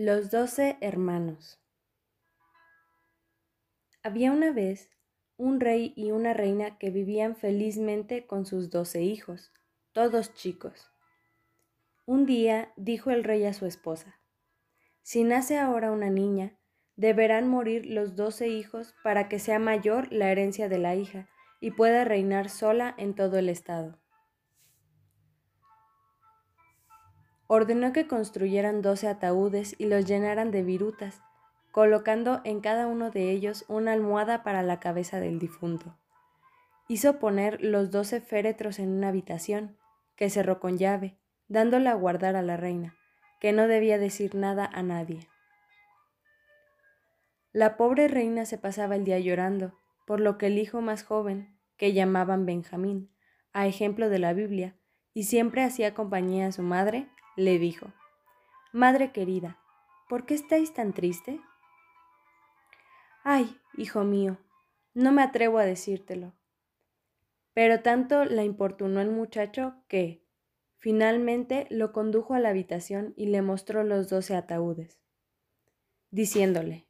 Los 12 hermanos. Había una vez un rey y una reina que vivían felizmente con sus 12 hijos, todos chicos. Un día dijo el rey a su esposa: si nace ahora una niña, deberán morir los 12 hijos para que sea mayor la herencia de la hija y pueda reinar sola en todo el estado. Ordenó que construyeran 12 ataúdes y los llenaran de virutas, colocando en cada uno de ellos una almohada para la cabeza del difunto. Hizo poner los 12 féretros en una habitación, que cerró con llave, dándola a guardar a la reina, que no debía decir nada a nadie. La pobre reina se pasaba el día llorando, por lo que el hijo más joven, que llamaban Benjamín, a ejemplo de la Biblia, y siempre hacía compañía a su madre, le dijo: Madre querida, ¿por qué estáis tan triste? Ay, hijo mío, no me atrevo a decírtelo. Pero tanto la importunó el muchacho que, finalmente, lo condujo a la habitación y le mostró los 12 ataúdes, diciéndole: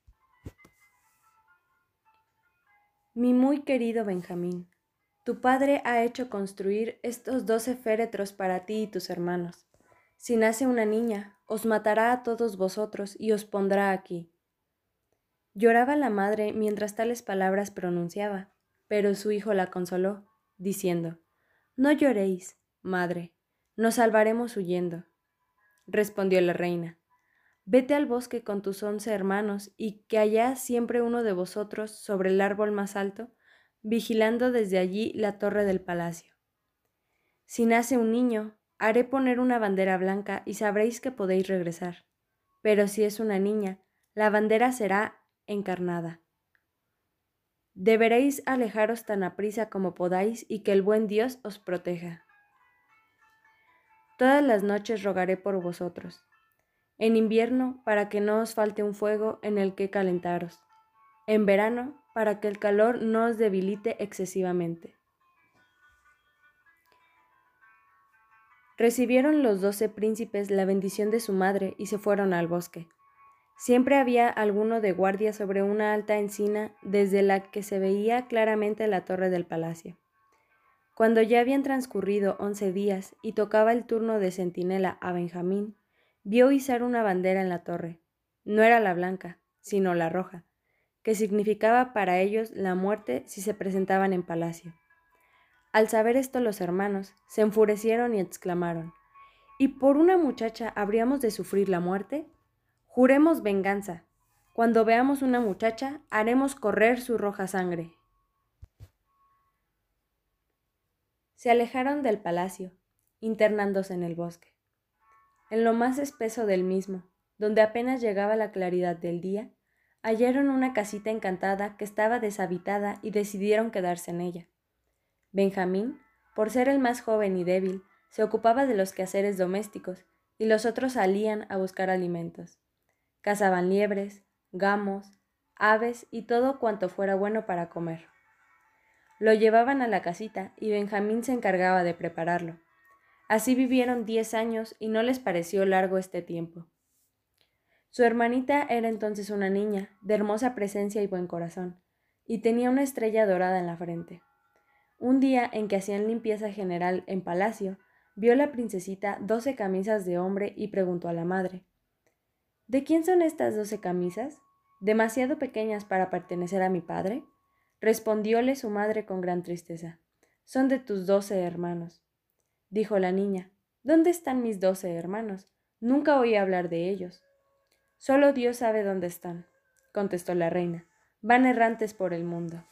Mi muy querido Benjamín, tu padre ha hecho construir estos 12 féretros para ti y tus hermanos. Si nace una niña, os matará a todos vosotros y os pondrá aquí. Lloraba la madre mientras tales palabras pronunciaba, pero su hijo la consoló, diciendo: No lloréis, madre, nos salvaremos huyendo. Respondió la reina: Vete al bosque con tus 11 hermanos y que haya siempre uno de vosotros sobre el árbol más alto, vigilando desde allí la torre del palacio. Si nace un niño, haré poner una bandera blanca y sabréis que podéis regresar. Pero si es una niña, la bandera será encarnada. Deberéis alejaros tan aprisa como podáis y que el buen Dios os proteja. Todas las noches rogaré por vosotros. En invierno, para que no os falte un fuego en el que calentaros. En verano, para que el calor no os debilite excesivamente. Recibieron los 12 príncipes la bendición de su madre y se fueron al bosque. Siempre había alguno de guardia sobre una alta encina desde la que se veía claramente la torre del palacio. Cuando ya habían transcurrido 11 días y tocaba el turno de centinela a Benjamín, vio izar una bandera en la torre. No era la blanca, sino la roja, que significaba para ellos la muerte si se presentaban en palacio. Al saber esto los hermanos se enfurecieron y exclamaron: ¿Y por una muchacha habríamos de sufrir la muerte? Juremos venganza. Cuando veamos una muchacha, haremos correr su roja sangre. Se alejaron del palacio, internándose en el bosque. En lo más espeso del mismo, donde apenas llegaba la claridad del día, hallaron una casita encantada que estaba deshabitada y decidieron quedarse en ella. Benjamín, por ser el más joven y débil, se ocupaba de los quehaceres domésticos y los otros salían a buscar alimentos. Cazaban liebres, gamos, aves y todo cuanto fuera bueno para comer. Lo llevaban a la casita y Benjamín se encargaba de prepararlo. Así vivieron 10 años y no les pareció largo este tiempo. Su hermanita era entonces una niña, de hermosa presencia y buen corazón, y tenía una estrella dorada en la frente. Un día en que hacían limpieza general en palacio, vio la princesita 12 camisas de hombre y preguntó a la madre: ¿De quién son estas 12 camisas? ¿Demasiado pequeñas para pertenecer a mi padre? Respondióle su madre con gran tristeza: Son de tus 12 hermanos. Dijo la niña: ¿Dónde están mis 12 hermanos? Nunca oí hablar de ellos. Solo Dios sabe dónde están, contestó la reina. Van errantes por el mundo.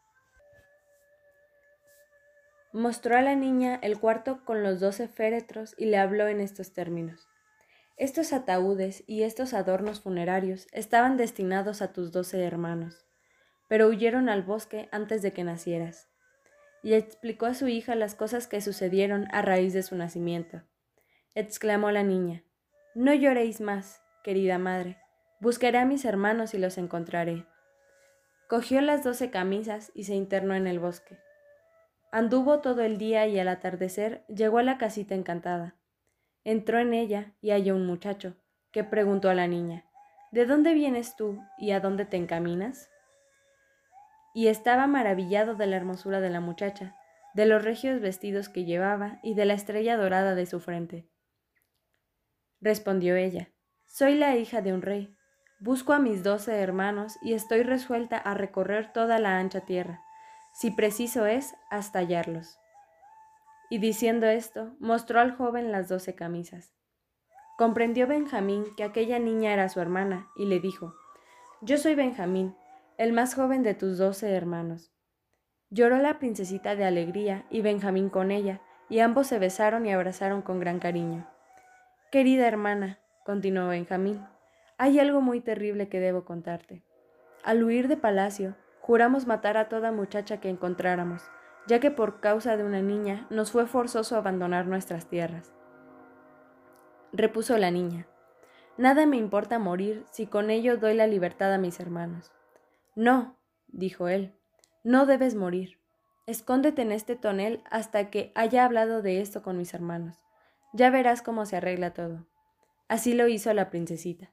Mostró a la niña el cuarto con los 12 féretros y le habló en estos términos: Estos ataúdes y estos adornos funerarios estaban destinados a tus 12 hermanos, pero huyeron al bosque antes de que nacieras. Y explicó a su hija las cosas que sucedieron a raíz de su nacimiento. Exclamó la niña: No lloréis más, querida madre, buscaré a mis hermanos y los encontraré. Cogió las 12 camisas y se internó en el bosque. Anduvo todo el día y al atardecer llegó a la casita encantada. Entró en ella y halló un muchacho, que preguntó a la niña: ¿De dónde vienes tú y a dónde te encaminas? Y estaba maravillado de la hermosura de la muchacha, de los regios vestidos que llevaba y de la estrella dorada de su frente. Respondió ella: Soy la hija de un rey. Busco a mis 12 hermanos y estoy resuelta a recorrer toda la ancha tierra, si preciso es, hasta hallarlos. Y diciendo esto, mostró al joven las 12 camisas. Comprendió Benjamín que aquella niña era su hermana, y le dijo: Yo soy Benjamín, el más joven de tus 12 hermanos. Lloró la princesita de alegría y Benjamín con ella, y ambos se besaron y abrazaron con gran cariño. Querida hermana, continuó Benjamín, hay algo muy terrible que debo contarte. Al huir de palacio, juramos matar a toda muchacha que encontráramos, ya que por causa de una niña nos fue forzoso abandonar nuestras tierras. Repuso la niña: Nada me importa morir si con ello doy la libertad a mis hermanos. No, dijo él, no debes morir. Escóndete en este tonel hasta que haya hablado de esto con mis hermanos. Ya verás cómo se arregla todo. Así lo hizo la princesita.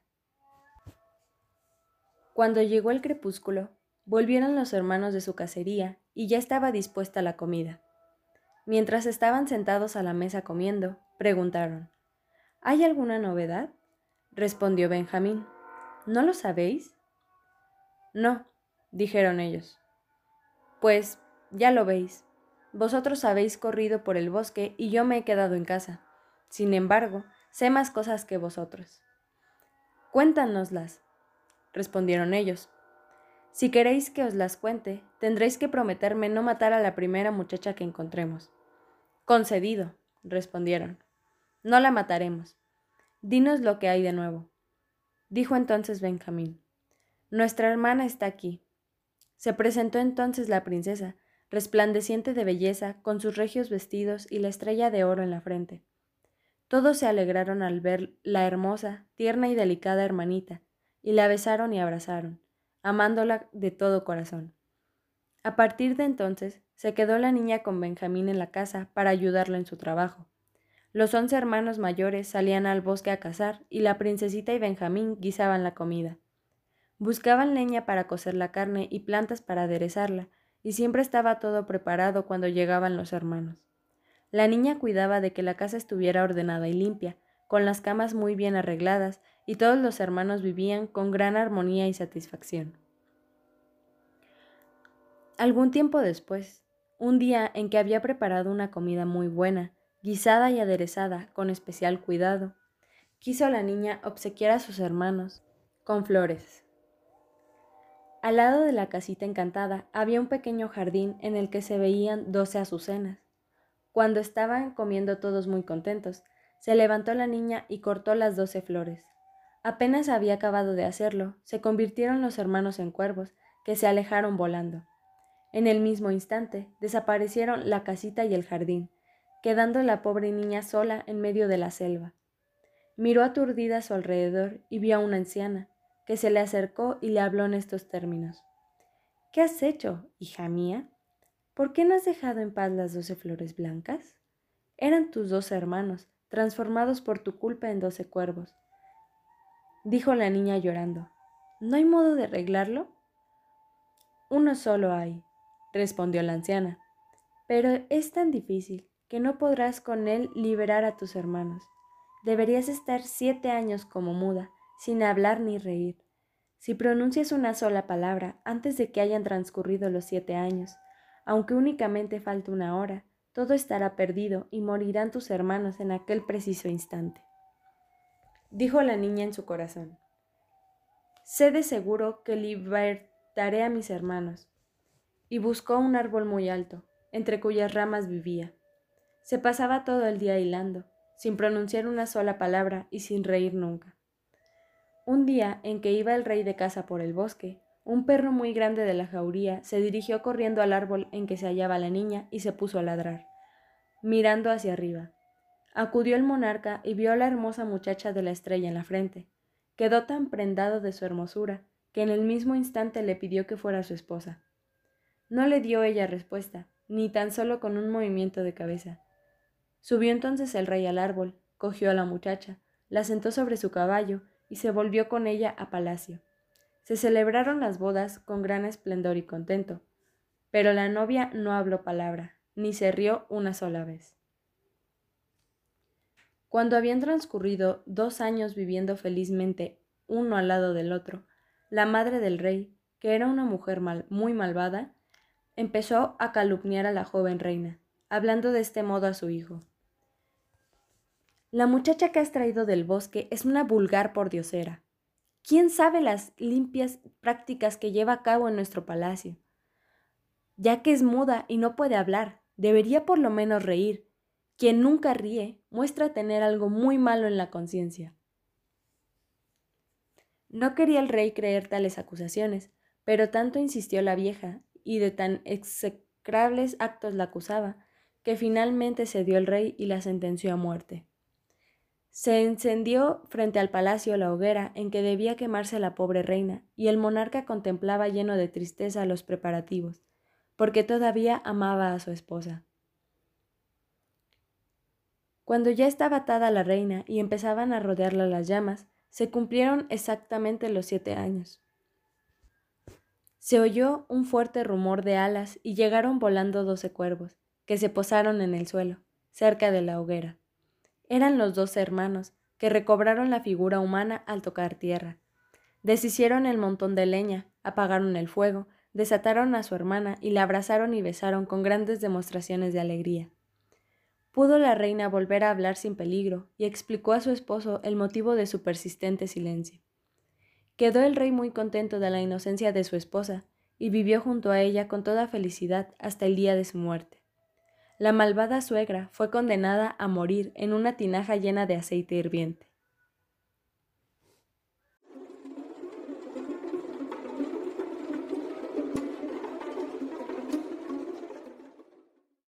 Cuando llegó el crepúsculo, volvieron los hermanos de su cacería y ya estaba dispuesta la comida. Mientras estaban sentados a la mesa comiendo, preguntaron: ¿Hay alguna novedad? Respondió Benjamín: ¿No lo sabéis? No, dijeron ellos. Pues ya lo veis. Vosotros habéis corrido por el bosque y yo me he quedado en casa. Sin embargo, sé más cosas que vosotros. Cuéntanoslas, respondieron ellos. Si queréis que os las cuente, tendréis que prometerme no matar a la primera muchacha que encontremos. Concedido, respondieron. No la mataremos. Dinos lo que hay de nuevo. Dijo entonces Benjamín: Nuestra hermana está aquí. Se presentó entonces la princesa, resplandeciente de belleza, con sus regios vestidos y la estrella de oro en la frente. Todos se alegraron al ver la hermosa, tierna y delicada hermanita, y la besaron y abrazaron, amándola de todo corazón. A partir de entonces, se quedó la niña con Benjamín en la casa para ayudarlo en su trabajo. Los 11 hermanos mayores salían al bosque a cazar y la princesita y Benjamín guisaban la comida. Buscaban leña para cocer la carne y plantas para aderezarla, y siempre estaba todo preparado cuando llegaban los hermanos. La niña cuidaba de que la casa estuviera ordenada y limpia, con las camas muy bien arregladas, y todos los hermanos vivían con gran armonía y satisfacción. Algún tiempo después, un día en que había preparado una comida muy buena, guisada y aderezada con especial cuidado, quiso la niña obsequiar a sus hermanos con flores. Al lado de la casita encantada había un pequeño jardín en el que se veían 12 azucenas. Cuando estaban comiendo todos muy contentos, se levantó la niña y cortó las 12 flores. Apenas había acabado de hacerlo, se convirtieron los hermanos en cuervos, que se alejaron volando. En el mismo instante, desaparecieron la casita y el jardín, quedando la pobre niña sola en medio de la selva. Miró aturdida a su alrededor y vio a una anciana, que se le acercó y le habló en estos términos: ¿Qué has hecho, hija mía? ¿Por qué no has dejado en paz las 12 flores blancas? Eran tus 12 hermanos, transformados por tu culpa en 12 cuervos. Dijo la niña llorando: ¿No hay modo de arreglarlo? Uno solo hay, respondió la anciana, pero es tan difícil que no podrás con él liberar a tus hermanos. Deberías estar 7 años como muda, sin hablar ni reír. Si pronuncias una sola palabra antes de que hayan transcurrido los 7 años, aunque únicamente falte una hora, todo estará perdido y morirán tus hermanos en aquel preciso instante. Dijo la niña en su corazón: Sé de seguro que libertaré a mis hermanos. Y buscó un árbol muy alto, entre cuyas ramas vivía. Se pasaba todo el día hilando, sin pronunciar una sola palabra y sin reír nunca. Un día en que iba el rey de caza por el bosque, un perro muy grande de la jauría se dirigió corriendo al árbol en que se hallaba la niña y se puso a ladrar, mirando hacia arriba. Acudió el monarca y vio a la hermosa muchacha de la estrella en la frente. Quedó tan prendado de su hermosura que en el mismo instante le pidió que fuera su esposa. No le dio ella respuesta, ni tan solo con un movimiento de cabeza. Subió entonces el rey al árbol, cogió a la muchacha, la sentó sobre su caballo y se volvió con ella a palacio. Se celebraron las bodas con gran esplendor y contento, pero la novia no habló palabra, ni se rió una sola vez. Cuando habían transcurrido 2 años viviendo felizmente uno al lado del otro, la madre del rey, que era una mujer muy malvada, empezó a calumniar a la joven reina, hablando de este modo a su hijo. La muchacha que has traído del bosque es una vulgar pordiosera. ¿Quién sabe las limpias prácticas que lleva a cabo en nuestro palacio? Ya que es muda y no puede hablar, debería por lo menos reír. Quien nunca ríe muestra tener algo muy malo en la conciencia. No quería el rey creer tales acusaciones, pero tanto insistió la vieja, y de tan execrables actos la acusaba, que finalmente cedió el rey y la sentenció a muerte. Se encendió frente al palacio la hoguera en que debía quemarse la pobre reina, y el monarca contemplaba lleno de tristeza los preparativos, porque todavía amaba a su esposa. Cuando ya estaba atada la reina y empezaban a rodearla las llamas, se cumplieron exactamente los 7 años. Se oyó un fuerte rumor de alas y llegaron volando 12 cuervos, que se posaron en el suelo, cerca de la hoguera. Eran los 2 hermanos, que recobraron la figura humana al tocar tierra. Deshicieron el montón de leña, apagaron el fuego, desataron a su hermana y la abrazaron y besaron con grandes demostraciones de alegría. Pudo la reina volver a hablar sin peligro y explicó a su esposo el motivo de su persistente silencio. Quedó el rey muy contento de la inocencia de su esposa y vivió junto a ella con toda felicidad hasta el día de su muerte. La malvada suegra fue condenada a morir en una tinaja llena de aceite hirviente.